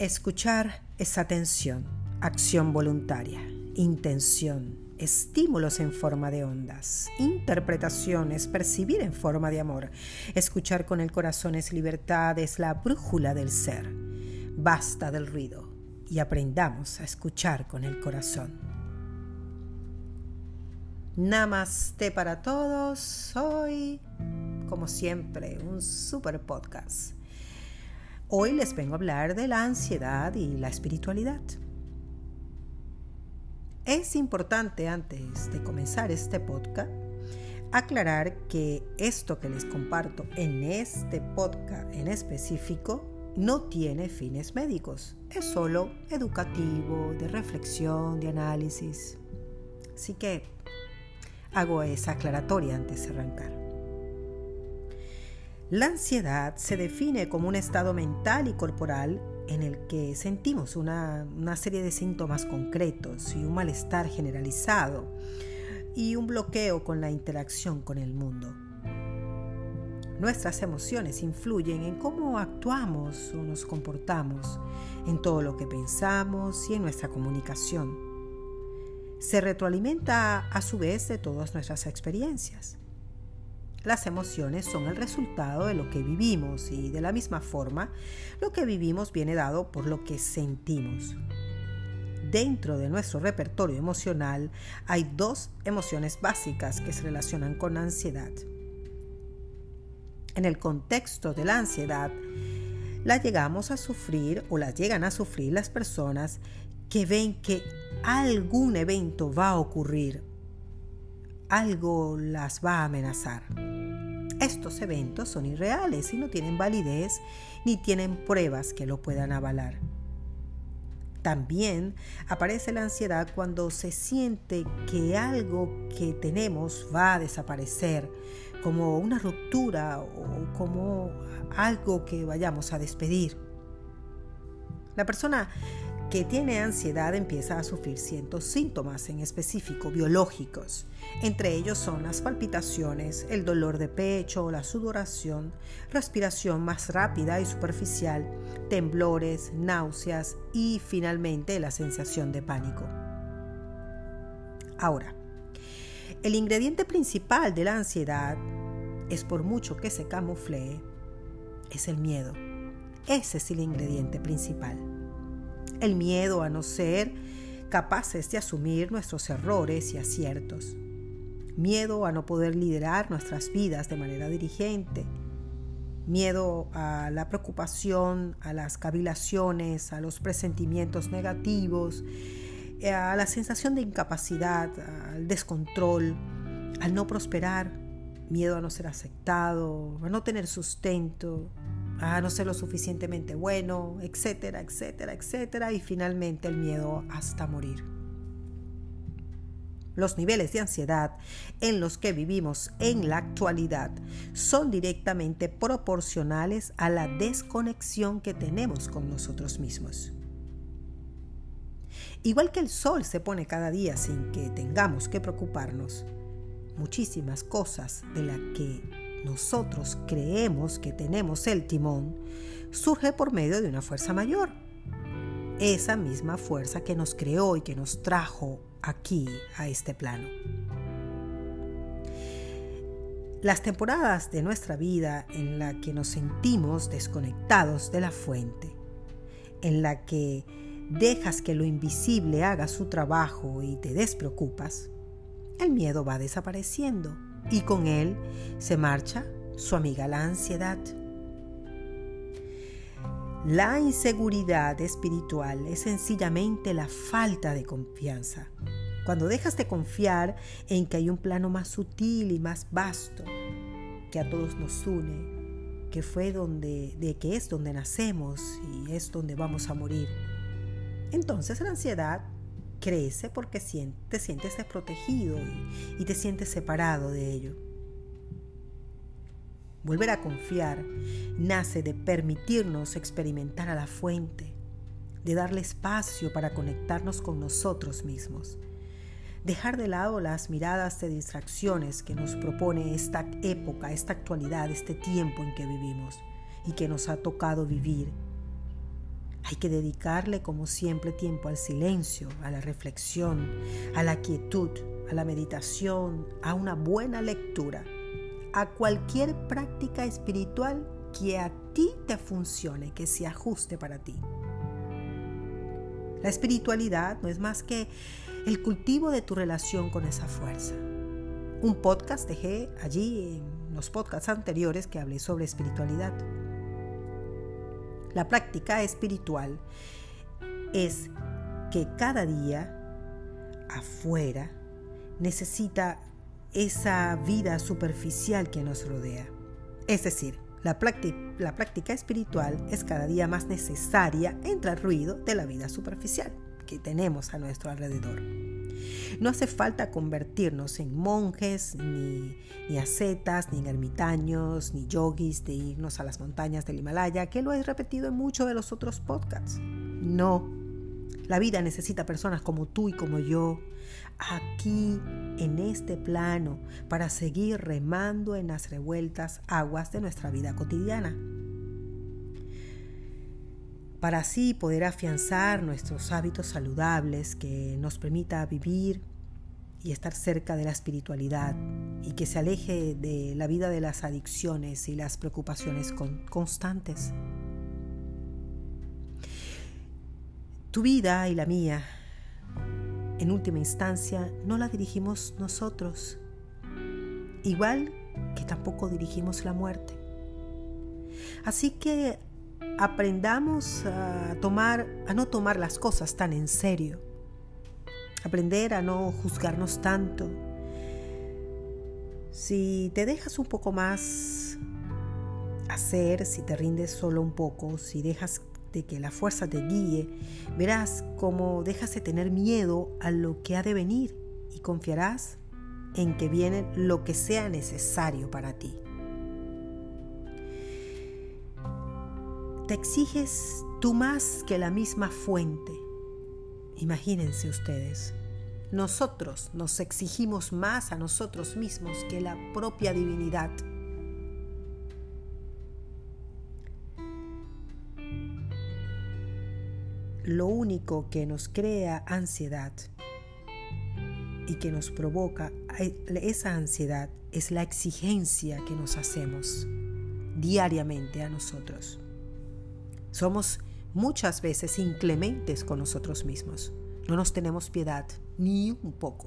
Escuchar es atención, acción voluntaria, intención, estímulos en forma de ondas, interpretación es percibir en forma de amor. Escuchar con el corazón es libertad, es la brújula del ser. Basta del ruido y aprendamos a escuchar con el corazón. Namaste para todos. Hoy, como siempre, un super podcast. Hoy les vengo a hablar de la ansiedad y la espiritualidad. Es importante, antes de comenzar este podcast, aclarar que esto que les comparto en este podcast en específico no tiene fines médicos. Es solo educativo, de reflexión, de análisis. Así que hago esa aclaratoria antes de arrancar. La ansiedad se define como un estado mental y corporal en el que sentimos una serie de síntomas concretos y un malestar generalizado y un bloqueo con la interacción con el mundo. Nuestras emociones influyen en cómo actuamos o nos comportamos, en todo lo que pensamos y en nuestra comunicación. Se retroalimenta a su vez de todas nuestras experiencias. Las emociones son el resultado de lo que vivimos y de la misma forma, lo que vivimos viene dado por lo que sentimos. Dentro de nuestro repertorio emocional hay dos emociones básicas que se relacionan con la ansiedad. En el contexto de la ansiedad, la llegamos a sufrir o las llegan a sufrir las personas que ven que algún evento va a ocurrir, algo las va a amenazar. Estos eventos son irreales y no tienen validez ni tienen pruebas que lo puedan avalar. También aparece la ansiedad cuando se siente que algo que tenemos va a desaparecer, como una ruptura o como algo que vayamos a despedir. La persona que tiene ansiedad empieza a sufrir ciertos síntomas en específico biológicos. Entre ellos son las palpitaciones, el dolor de pecho, la sudoración, respiración más rápida y superficial, temblores, náuseas y finalmente la sensación de pánico. Ahora, el ingrediente principal de la ansiedad, es por mucho que se camuflee, es el miedo. Ese es el ingrediente principal. El miedo a no ser capaces de asumir nuestros errores y aciertos. Miedo a no poder liderar nuestras vidas de manera diligente. Miedo a la preocupación, a las cavilaciones, a los presentimientos negativos, a la sensación de incapacidad, al descontrol, al no prosperar. Miedo a no ser aceptado, a no tener sustento, a no ser lo suficientemente bueno, etcétera, etcétera, etcétera, y finalmente el miedo hasta morir. Los niveles de ansiedad en los que vivimos en la actualidad son directamente proporcionales a la desconexión que tenemos con nosotros mismos. Igual que el sol se pone cada día sin que tengamos que preocuparnos, muchísimas cosas de las que nosotros creemos que tenemos el timón, surge por medio de una fuerza mayor. Esa misma fuerza que nos creó y que nos trajo aquí a este plano. Las temporadas de nuestra vida en la que nos sentimos desconectados de la fuente, en la que dejas que lo invisible haga su trabajo y te despreocupas, el miedo va desapareciendo. Y con él se marcha su amiga la ansiedad. La inseguridad espiritual es sencillamente la falta de confianza. Cuando dejas de confiar en que hay un plano más sutil y más vasto que a todos nos une, que es donde nacemos y es donde vamos a morir, entonces la ansiedad crece porque te sientes desprotegido y te sientes separado de ello. Volver a confiar nace de permitirnos experimentar a la fuente, de darle espacio para conectarnos con nosotros mismos, dejar de lado las miradas de distracciones que nos propone esta época, esta actualidad, este tiempo en que vivimos y que nos ha tocado vivir. Hay que dedicarle, como siempre, tiempo al silencio, a la reflexión, a la quietud, a la meditación, a una buena lectura, a cualquier práctica espiritual que a ti te funcione, que se ajuste para ti. La espiritualidad no es más que el cultivo de tu relación con esa fuerza. Un podcast dejé allí en los podcasts anteriores que hablé sobre espiritualidad. La práctica espiritual es que cada día afuera necesita esa vida superficial que nos rodea. Es decir, la práctica espiritual es cada día más necesaria entre el ruido de la vida superficial que tenemos a nuestro alrededor. No hace falta convertirnos en monjes, ni ascetas, ni ermitaños, ni yogis, de irnos a las montañas del Himalaya, que lo he repetido en muchos de los otros podcasts. No, la vida necesita personas como tú y como yo, aquí en este plano, para seguir remando en las revueltas aguas de nuestra vida cotidiana. Para así poder afianzar nuestros hábitos saludables que nos permita vivir y estar cerca de la espiritualidad y que se aleje de la vida de las adicciones y las preocupaciones constantes. Tu vida y la mía, en última instancia, no la dirigimos nosotros, igual que tampoco dirigimos la muerte. Así que aprendamos a no tomar las cosas tan en serio, aprender a no juzgarnos tanto. Si te dejas un poco más hacer, si te rindes solo un poco, si dejas de que la fuerza te guíe, verás cómo dejas de tener miedo a lo que ha de venir y confiarás en que viene lo que sea necesario para ti. Te exiges tú más que la misma fuente. Imagínense ustedes, nosotros nos exigimos más a nosotros mismos que la propia divinidad. Lo único que nos crea ansiedad y que nos provoca esa ansiedad es la exigencia que nos hacemos diariamente a nosotros. Somos muchas veces inclementes con nosotros mismos. No nos tenemos piedad ni un poco.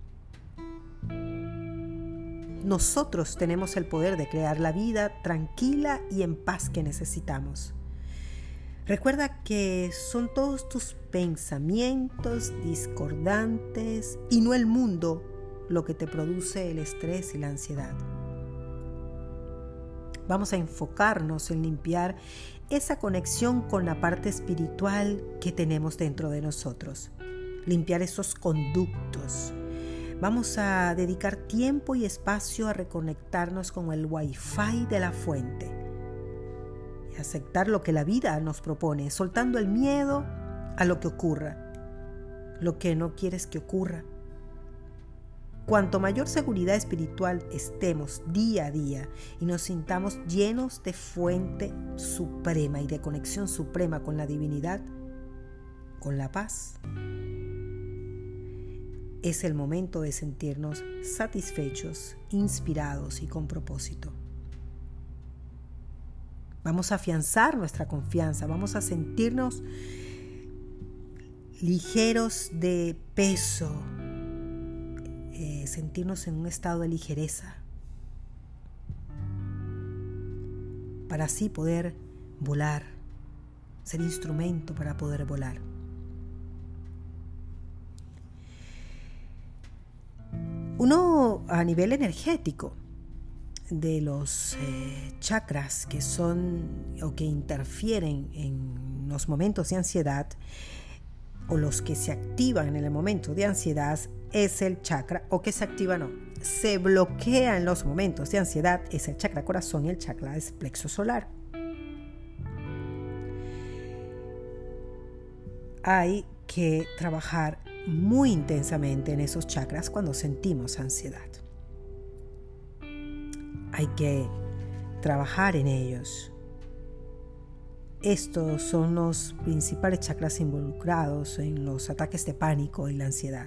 Nosotros tenemos el poder de crear la vida tranquila y en paz que necesitamos. Recuerda que son todos tus pensamientos discordantes y no el mundo lo que te produce el estrés y la ansiedad. Vamos a enfocarnos en limpiar esa conexión con la parte espiritual que tenemos dentro de nosotros. Limpiar esos conductos. Vamos a dedicar tiempo y espacio a reconectarnos con el Wi-Fi de la fuente. Y aceptar lo que la vida nos propone, soltando el miedo a lo que ocurra, lo que no quieres que ocurra. Cuanto mayor seguridad espiritual estemos día a día y nos sintamos llenos de fuente suprema y de conexión suprema con la divinidad, con la paz, es el momento de sentirnos satisfechos, inspirados y con propósito. Vamos a afianzar nuestra confianza, vamos a sentirnos ligeros de peso, sentirnos en un estado de ligereza, para así poder volar, ser instrumento para poder volar. Uno, a nivel energético, de los chakras que son o que interfieren en los momentos de ansiedad, o los que se activan en el momento de ansiedad, es el chakra, o que se activa no, se bloquea en los momentos de ansiedad, es el chakra corazón y el chakra del plexo solar. Hay que trabajar muy intensamente en esos chakras cuando sentimos ansiedad. Hay que trabajar en ellos. Estos son los principales chakras involucrados en los ataques de pánico y la ansiedad.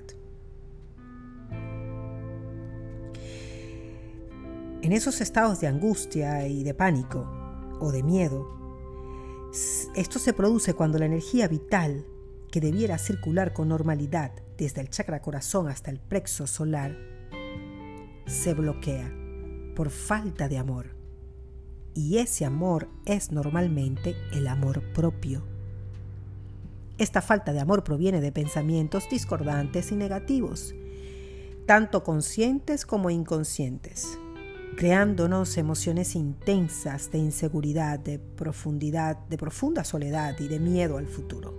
En esos estados de angustia y de pánico o de miedo, esto se produce cuando la energía vital que debiera circular con normalidad desde el chakra corazón hasta el plexo solar se bloquea por falta de amor. Y ese amor es normalmente el amor propio. Esta falta de amor proviene de pensamientos discordantes y negativos, tanto conscientes como inconscientes, creándonos emociones intensas de inseguridad, de profunda soledad y de miedo al futuro.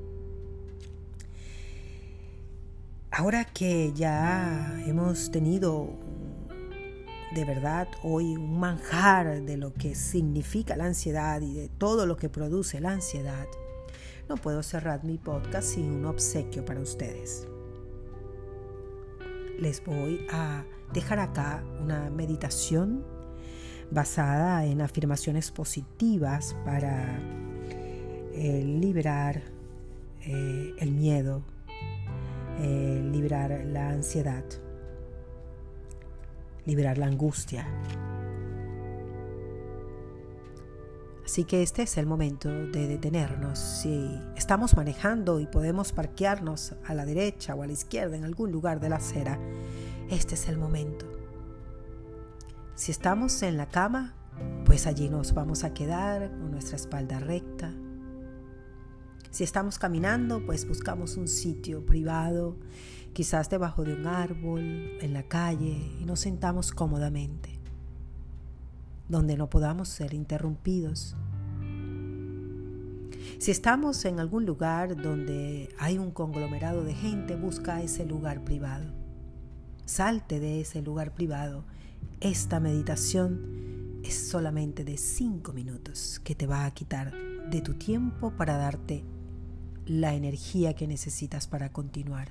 Ahora que ya hemos tenido de verdad hoy un manjar de lo que significa la ansiedad y de todo lo que produce la ansiedad, no puedo cerrar mi podcast sin un obsequio para ustedes. Les voy a dejar acá una meditación basada en afirmaciones positivas para liberar el miedo, liberar la ansiedad, liberar la angustia. Así que este es el momento de detenernos. Si estamos manejando y podemos parquearnos a la derecha o a la izquierda en algún lugar de la acera, este es el momento. Si estamos en la cama, pues allí nos vamos a quedar con nuestra espalda recta. Si estamos caminando, pues buscamos un sitio privado, quizás debajo de un árbol, en la calle, y nos sentamos cómodamente, donde no podamos ser interrumpidos. Si estamos en algún lugar donde hay un conglomerado de gente, busca ese lugar privado. Salte de ese lugar privado. Esta meditación es solamente de 5 minutos que te va a quitar de tu tiempo para darte la energía que necesitas para continuar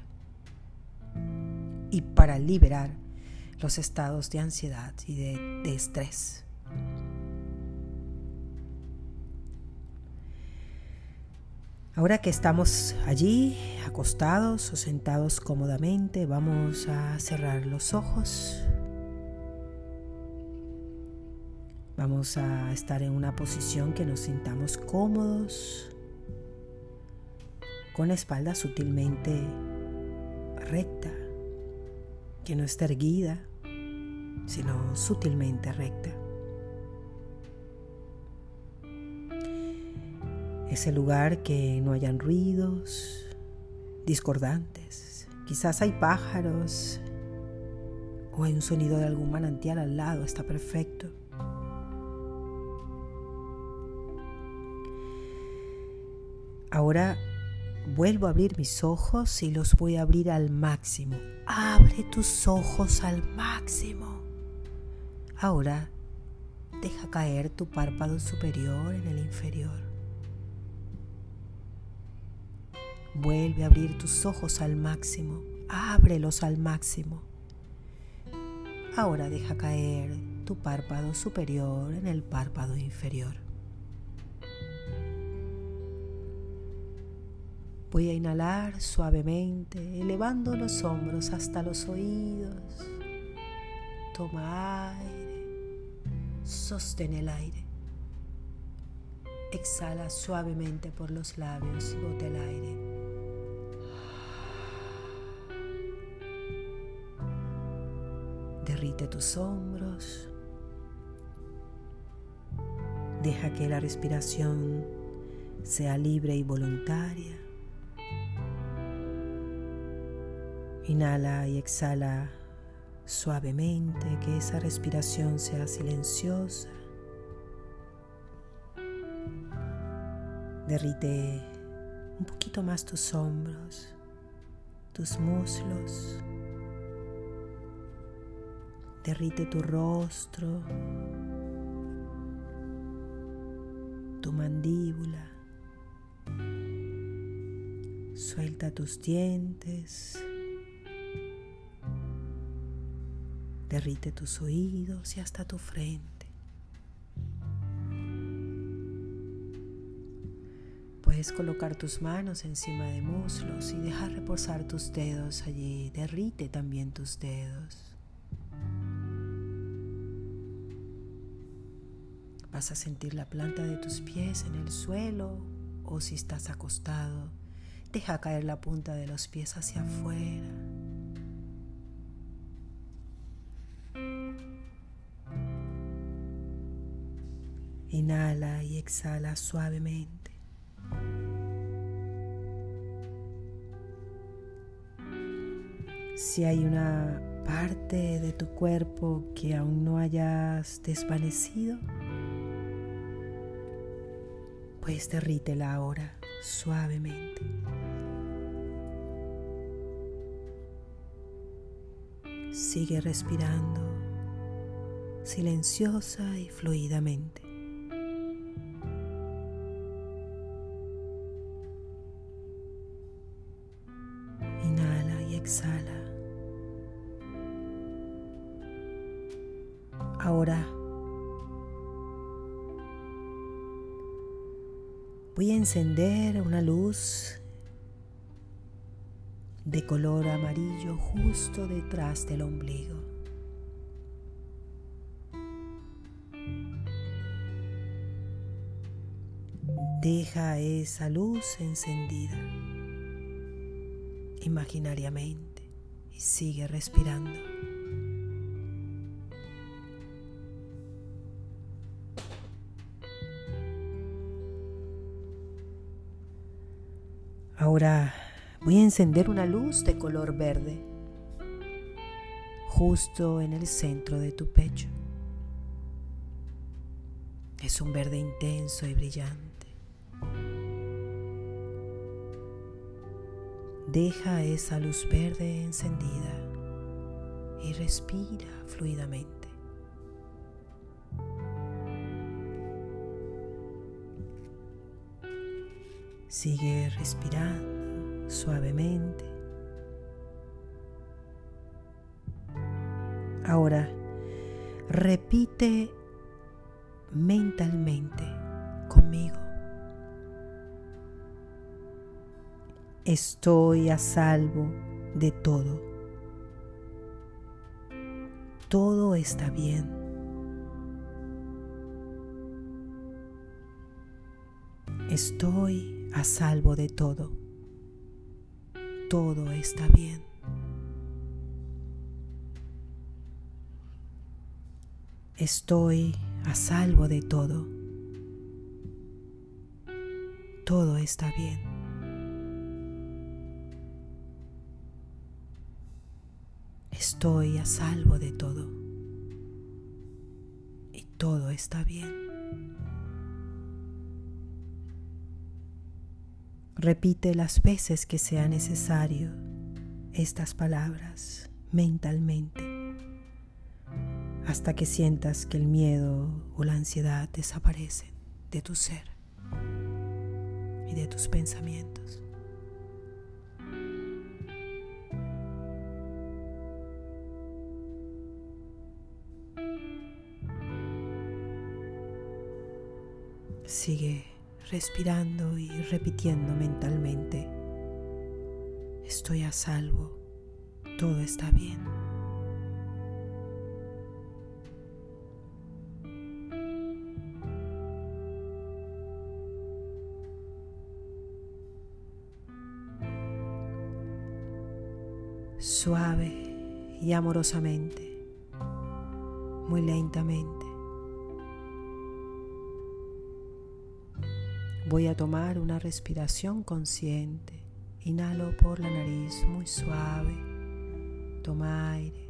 y para liberar los estados de ansiedad y de estrés. Ahora que estamos allí, acostados o sentados cómodamente, vamos a cerrar los ojos. Vamos a estar en una posición que nos sintamos cómodos, con la espalda sutilmente recta, que no esté erguida, sino sutilmente recta. Ese lugar que no hayan ruidos discordantes. Quizás hay pájaros o hay un sonido de algún manantial al lado, está perfecto. Ahora vuelvo a abrir mis ojos y los voy a abrir al máximo. Abre tus ojos al máximo. Ahora deja caer tu párpado superior en el inferior. Vuelve a abrir tus ojos al máximo. Ábrelos al máximo. Ahora deja caer tu párpado superior en el párpado inferior. Voy a inhalar suavemente, elevando los hombros hasta los oídos. Toma aire, sostén el aire. Exhala suavemente por los labios y bota el aire. Derrite tus hombros. Deja que la respiración sea libre y voluntaria. Inhala y exhala suavemente, que esa respiración sea silenciosa. Derrite un poquito más tus hombros, tus muslos. Derrite tu rostro, tu mandíbula. Suelta tus dientes. Derrite tus oídos y hasta tu frente. Puedes colocar tus manos encima de muslos y dejar reposar tus dedos allí. Derrite también tus dedos. Vas a sentir la planta de tus pies en el suelo, o si estás acostado, deja caer la punta de los pies hacia afuera. Inhala y exhala suavemente. Si hay una parte de tu cuerpo que aún no hayas desvanecido, pues derrítela ahora suavemente. Sigue respirando silenciosa y fluidamente. Inhala y exhala. Ahora voy a encender una luz de color amarillo justo detrás del ombligo. Deja esa luz encendida imaginariamente y sigue respirando. Ahora voy a encender una luz de color verde justo en el centro de tu pecho. Es un verde intenso y brillante. Deja esa luz verde encendida y respira fluidamente. Sigue respirando suavemente. Ahora repite mentalmente conmigo: estoy a salvo de todo. Todo está bien. Estoy a salvo de todo. Todo está bien. Estoy a salvo de todo. Todo está bien. Estoy a salvo de todo. Y todo está bien. Repite las veces que sea necesario estas palabras mentalmente, hasta que sientas que el miedo o la ansiedad desaparecen de tu ser y de tus pensamientos. Sigue respirando y repitiendo mentalmente: estoy a salvo, todo está bien. Suave y amorosamente, muy lentamente, voy a tomar una respiración consciente. Inhalo por la nariz muy suave. Toma aire.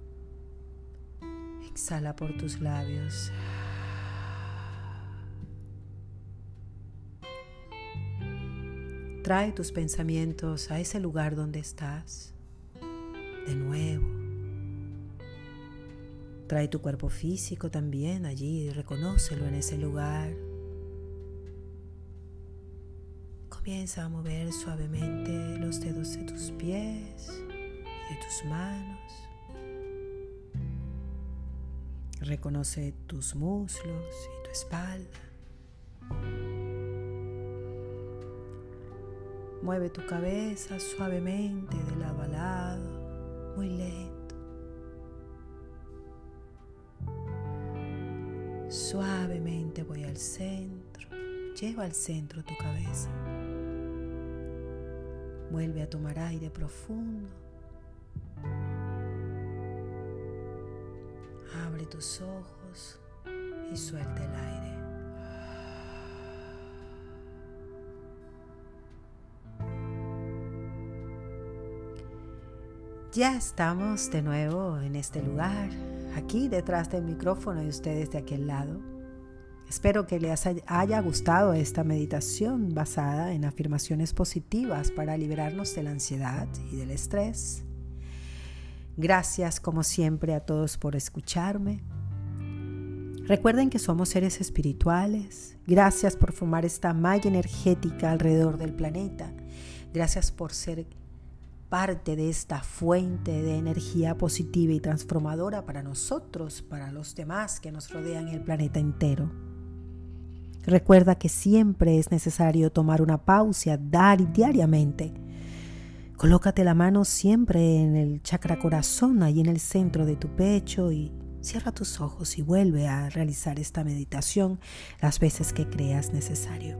Exhala por tus labios. Trae tus pensamientos a ese lugar donde estás. De nuevo. Trae tu cuerpo físico también allí. Reconócelo en ese lugar. Comienza a mover suavemente los dedos de tus pies y de tus manos. Reconoce tus muslos y tu espalda. Mueve tu cabeza suavemente de lado a lado, muy lento. Suavemente voy al centro. Lleva al centro tu cabeza. Vuelve a tomar aire profundo. Abre tus ojos y suelta el aire. Ya estamos de nuevo en este lugar, aquí detrás del micrófono y ustedes de aquel lado. Espero que les haya gustado esta meditación basada en afirmaciones positivas para liberarnos de la ansiedad y del estrés. Gracias como siempre a todos por escucharme. Recuerden que somos seres espirituales. Gracias por formar esta malla energética alrededor del planeta. Gracias por ser parte de esta fuente de energía positiva y transformadora para nosotros, para los demás que nos rodean el planeta entero. Recuerda que siempre es necesario tomar una pausa, dar diariamente. Colócate la mano siempre en el chakra corazón, ahí en el centro de tu pecho, y cierra tus ojos y vuelve a realizar esta meditación las veces que creas necesario.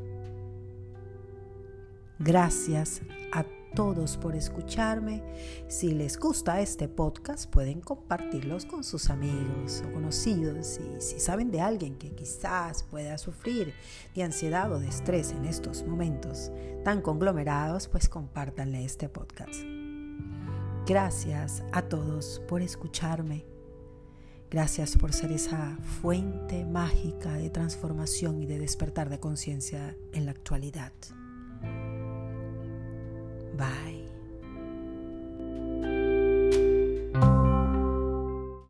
Gracias a todos por escucharme. Si les gusta este podcast, pueden compartirlos con sus amigos o conocidos. Y si saben de alguien que quizás pueda sufrir de ansiedad o de estrés en estos momentos tan conglomerados, pues compártanle este podcast. Gracias a todos por escucharme. Gracias por ser esa fuente mágica de transformación y de despertar de conciencia en la actualidad. Bye.